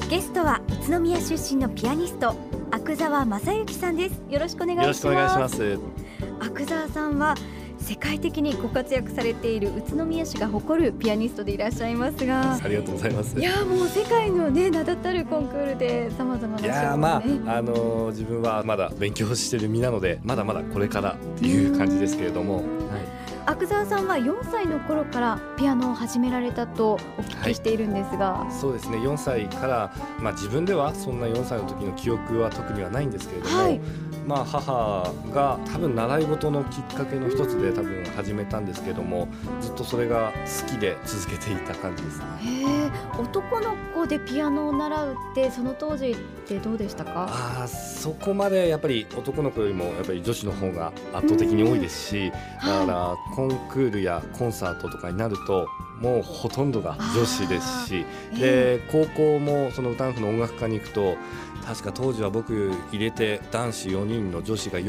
ゲストは宇都宮出身のピアニスト阿久澤正幸さんです。よろしくお願いします。 よろしくお願いします。 阿久澤さんは世界的にご活躍されている宇都宮市が誇るピアニストでいらっしゃいますが、 ありがとうございます。 いやもう世界のね名だたるコンクールで様々な賞をね。 いや自分はまだ勉強してる身なのでまだまだこれからっていう感じですけれども、 阿久澤さんは4歳の頃からピアノを始められたとお聞きしているんですが、 そうですね、4歳から、自分ではそんな4歳の時の記憶は特にはないんですけれども、母が多分習い事のきっかけの一つで多分始めたんですけども、ずっとそれが好きで続けていた感じですね。 男の子でピアノを習うってその当時ってどうでしたか？ そこまでやっぱり男の子よりもやっぱり女子の方が圧倒的に多いですし、だからコンクールやコンサートとかになるともうほとんどが女子ですし、で高校もその歌ンフの音楽科に行くと確か当時は僕入れて男子4人の女子が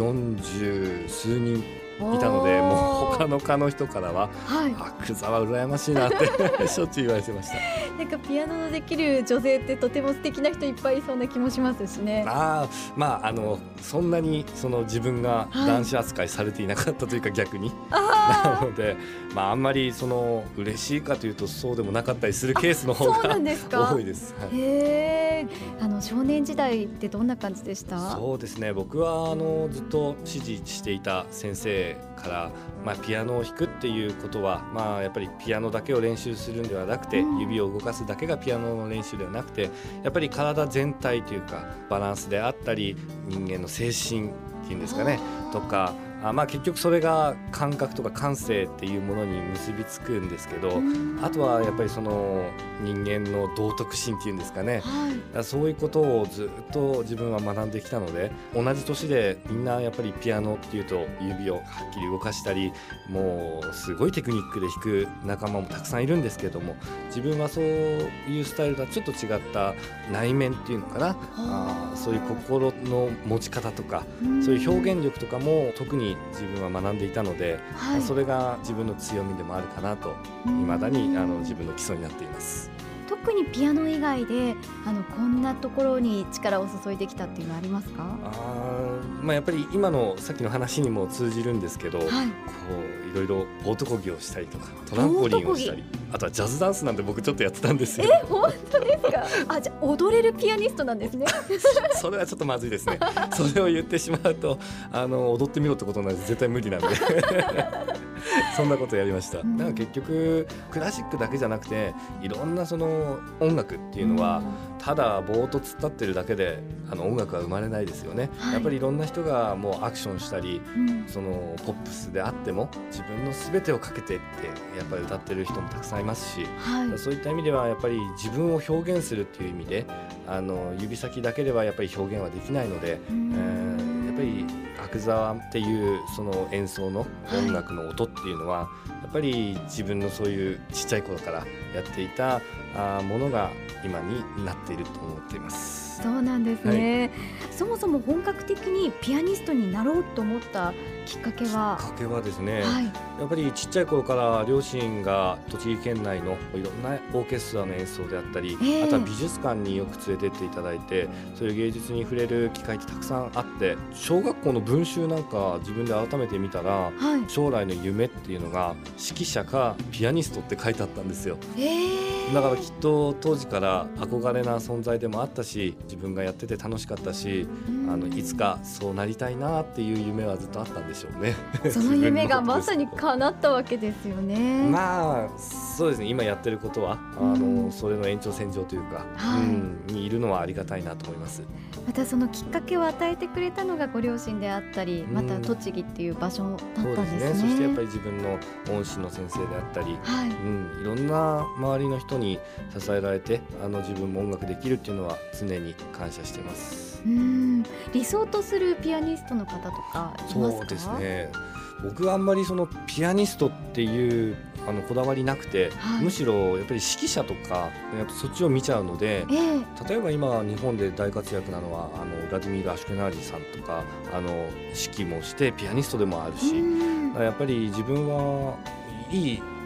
40数人いたので、もう他の科の人からは阿久澤羨ましいなってしょっちゅう言われてました。 なんかピアノのできる女性ってとても素敵な人いっぱいいそうな気もしますしね。 そんなにその自分が男子扱いされていなかったというか、逆になので、あんまりその嬉しいかというとそうでもなかったりするケースの方が多いです。 少年時代ってどんな感じでした？ そうですね、僕はずっと指示していた先生から、ピアノを弾くっていうことは、やっぱりピアノだけを練習するんではなくて、指を動かすだけがピアノの練習ではなくて、やっぱり体全体というかバランスであったり人間の精神っていうんですかねとか、結局それが感覚とか感性っていうものに結びつくんですけど、あとはやっぱりその人間の道徳心っていうんですかね、そういうことをずっと自分は学んできたので、同じ年でみんなやっぱりピアノっていうと指をはっきり動かしたり、もうすごいテクニックで弾く仲間もたくさんいるんですけども、自分はそういうスタイルとはちょっと違った内面っていうのかな、そういう心の持ち方とか、そういう表現力とかも特に自分は学んでいたので、それが自分の強みでもあるかなと未だに自分の基礎になっています。 特にピアノ以外でこんなところに力を注いできたっていうのはありますか？ やっぱり今のさっきの話にも通じるんですけど、こういろいろボート漕ぎをしたりとかトランポリンをしたり、あとはジャズダンスなんて僕ちょっとやってたんですよ。 本当ですか？じゃあ踊れるピアニストなんですね。 それはちょっとまずいですね。それを言ってしまうと踊ってみろってことなんで絶対無理なんでそんなことやりました。だから結局クラシックだけじゃなくて、いろんなその音楽っていうのはただぼーっと突っ立ってるだけで音楽は生まれないですよね。やっぱりいろんな人がもうアクションしたり、そのポップスであっても自分の全てをかけてってやっぱり歌ってる人もたくさんいますし、そういった意味ではやっぱり自分を表現するっていう意味で指先だけではやっぱり表現はできないので、やっぱり阿久澤っていうその演奏の音楽の音っていうのは、やっぱり自分のそういうちっちゃい頃からやっていたものが今になっていると思っています。 そうなんですね。そもそも本格的にピアニストになろうと思ったきっかけはですね、やっぱりちっちゃい頃から両親が栃木県内のいろんなオーケストラの演奏であったり、あとは美術館によく連れてっていただいて、そういう芸術に触れる機会ってたくさんあって、小学校の文集なんか自分で改めて見たら、将来の夢っていうのが指揮者かピアニストって書いてあったんですよ。だからきっと当時から憧れな存在でもあったし、自分がやってて楽しかったし、いつかそうなりたいなっていう夢はずっとあったんでしょうね。 その夢がまさに叶ったわけですよね。 そうですね、今やってることはそれの延長線上というか、にいるのはありがたいなと思います。 またそのきっかけを与えてくれたのがご両親であったり、また栃木っていう場所だったんですね。 そしてやっぱり自分の恩師の先生であったり、いろんな周りの人に支えられて自分も音楽できるっていうのは常に感謝しています。 理想とするピアニストの方とかいますか？ そうですね、僕はあんまりそのピアニストっていうこだわりなくて、むしろやっぱり指揮者とかやっぱそっちを見ちゃうので、例えば今日本で大活躍なのはウラディミール・アシュケナージさんとか指揮もしてピアニストでもあるし、やっぱり自分はいい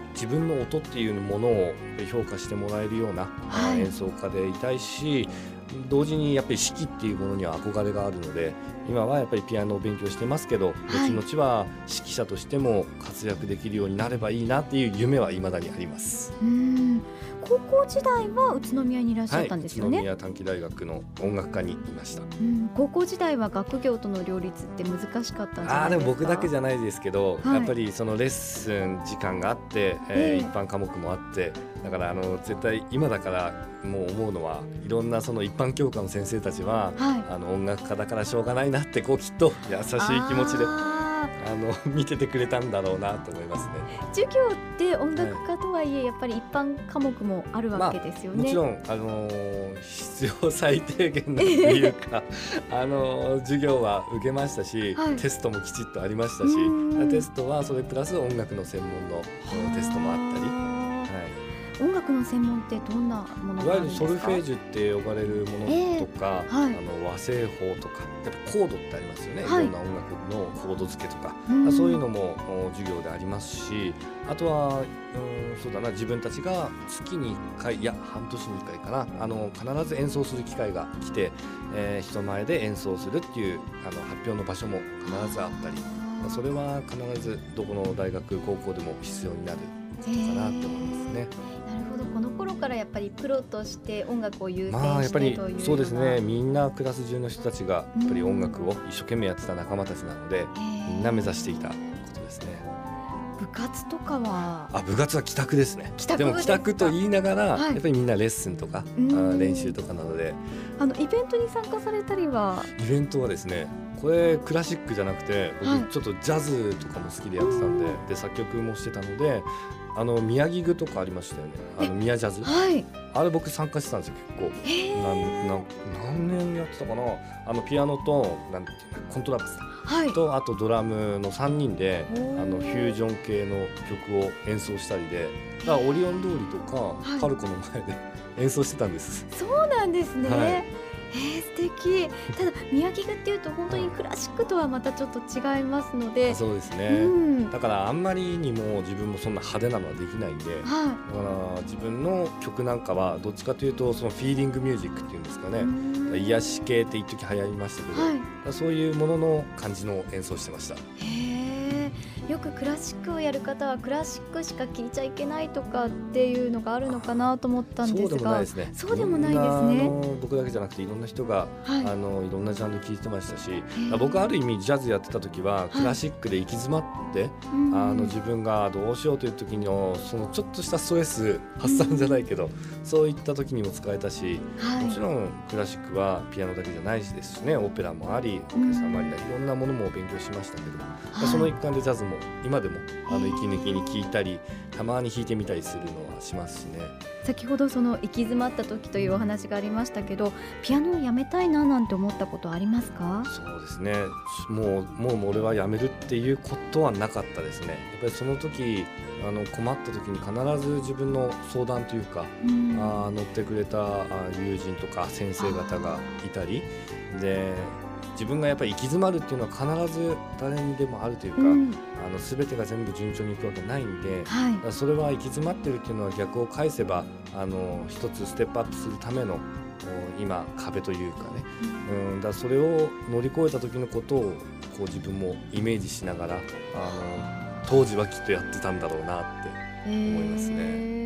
自分の音っていうものを評価してもらえるような、演奏家でいたいし、同時にやっぱり指揮っていうものには憧れがあるので、今はやっぱりピアノを勉強してますけど、後々は指揮者としても活躍できるようになればいいなっていう夢は未だにあります。 高校時代は宇都宮にいらっしゃったんですよね。 宇都宮短期大学の音楽科にいました。 高校時代は学業との両立って難しかったんじゃないですか？ でも僕だけじゃないですけど、やっぱりそのレッスン時間があって、一般科目もあって、だから絶対今だからもう思うのは、いろんなその一般教科の先生たちは、音楽家だからしょうがないなってこうきっと優しい気持ちで見ててくれたんだろうなと思いますね。 授業って音楽家とはいえ、やっぱり一般科目もあるわけですよね。 もちろん必要最低限なというか授業は受けましたし、テストもきちっとありましたし、テストはそれプラス音楽の専門のテストもあったり。 音楽の専門ってどんなものがあるんですか？ いわゆるソルフェージュって呼ばれるものとか、和声法とか、やっぱコードってありますよね、いろんな音楽のコード付けとか、そういうのも授業でありますし、あとはそうだな、自分たちが月に1回、いや半年に1回かな、必ず演奏する機会が来て、人前で演奏するっていう発表の場所も必ずあったり、それは必ずどこの大学高校でも必要になるかなと思いますね。 なるほど。この頃からやっぱりプロとして音楽を優先してやっぱりというような。 そうですね、みんなクラス中の人たちがやっぱり音楽を一生懸命やってた仲間たちなので、みんな目指していたことですね。 部活とかは？ 部活は帰宅ですね。でも帰宅と言いながら、やっぱりみんなレッスンとか練習とかなので、 イベントに参加されたりは？ イベントはですね、これクラシックじゃなくて、僕ちょっとジャズとかも好きでやってたんで、作曲もしてたので、宮城具とかありましたよね、宮ジャズ、あれ僕参加してたんですよ。結構何年やってたかな。ピアノとコントラバスと、あとドラムの3人でフュージョン系の曲を演奏したりで、だからオリオン通りとか、パルコの前で演奏してたんです。 そうなんですね。素敵。ただ宮城具っていうと本当にクラシックとはまたちょっと違いますので。 そうですね、だからあんまりにも自分もそんな派手なのはできないんで、だから自分の曲なんかはどっちかというとそのフィーリングミュージックっていうんですかね、癒し系って一時流行りましたけど、そういうものの感じの演奏してました。 よくクラシックをやる方はクラシックしか聴いちゃいけないとかっていうのがあるのかなと思ったんですが、 そうでもないですね。 そうでもないですね。 僕だけじゃなくていろんな人が、いろんなジャンル聴いてましたし、僕はある意味ジャズやってた時はクラシックで行き詰まって、自分がどうしようという時のそのちょっとしたストレス発散じゃないけど、そういった時にも使えたし、もちろんクラシックはピアノだけじゃないですしね、オペラもあり、オーケストラもあり、いろんなものも勉強しましたけど、その一環でジャズも今でも息抜きに聴いたり、たまに弾いてみたりするのはしますしね。 先ほどその行き詰まった時というお話がありましたけど、ピアノをやめたいななんて思ったことありますか？ そうですね、もう俺はやめるっていうことはなかったですね。やっぱりその時困った時に必ず自分の相談というか、乗ってくれた友人とか先生方がいたりで、自分がやっぱり行き詰まるっていうのは必ず誰にでもあるというか、全てが全部順調にいくわけないんで、それは行き詰まってるっていうのは逆を返せば一つステップアップするための今壁というかね、だからそれを乗り越えた時のことをこう自分もイメージしながら当時はきっとやってたんだろうなって思いますね。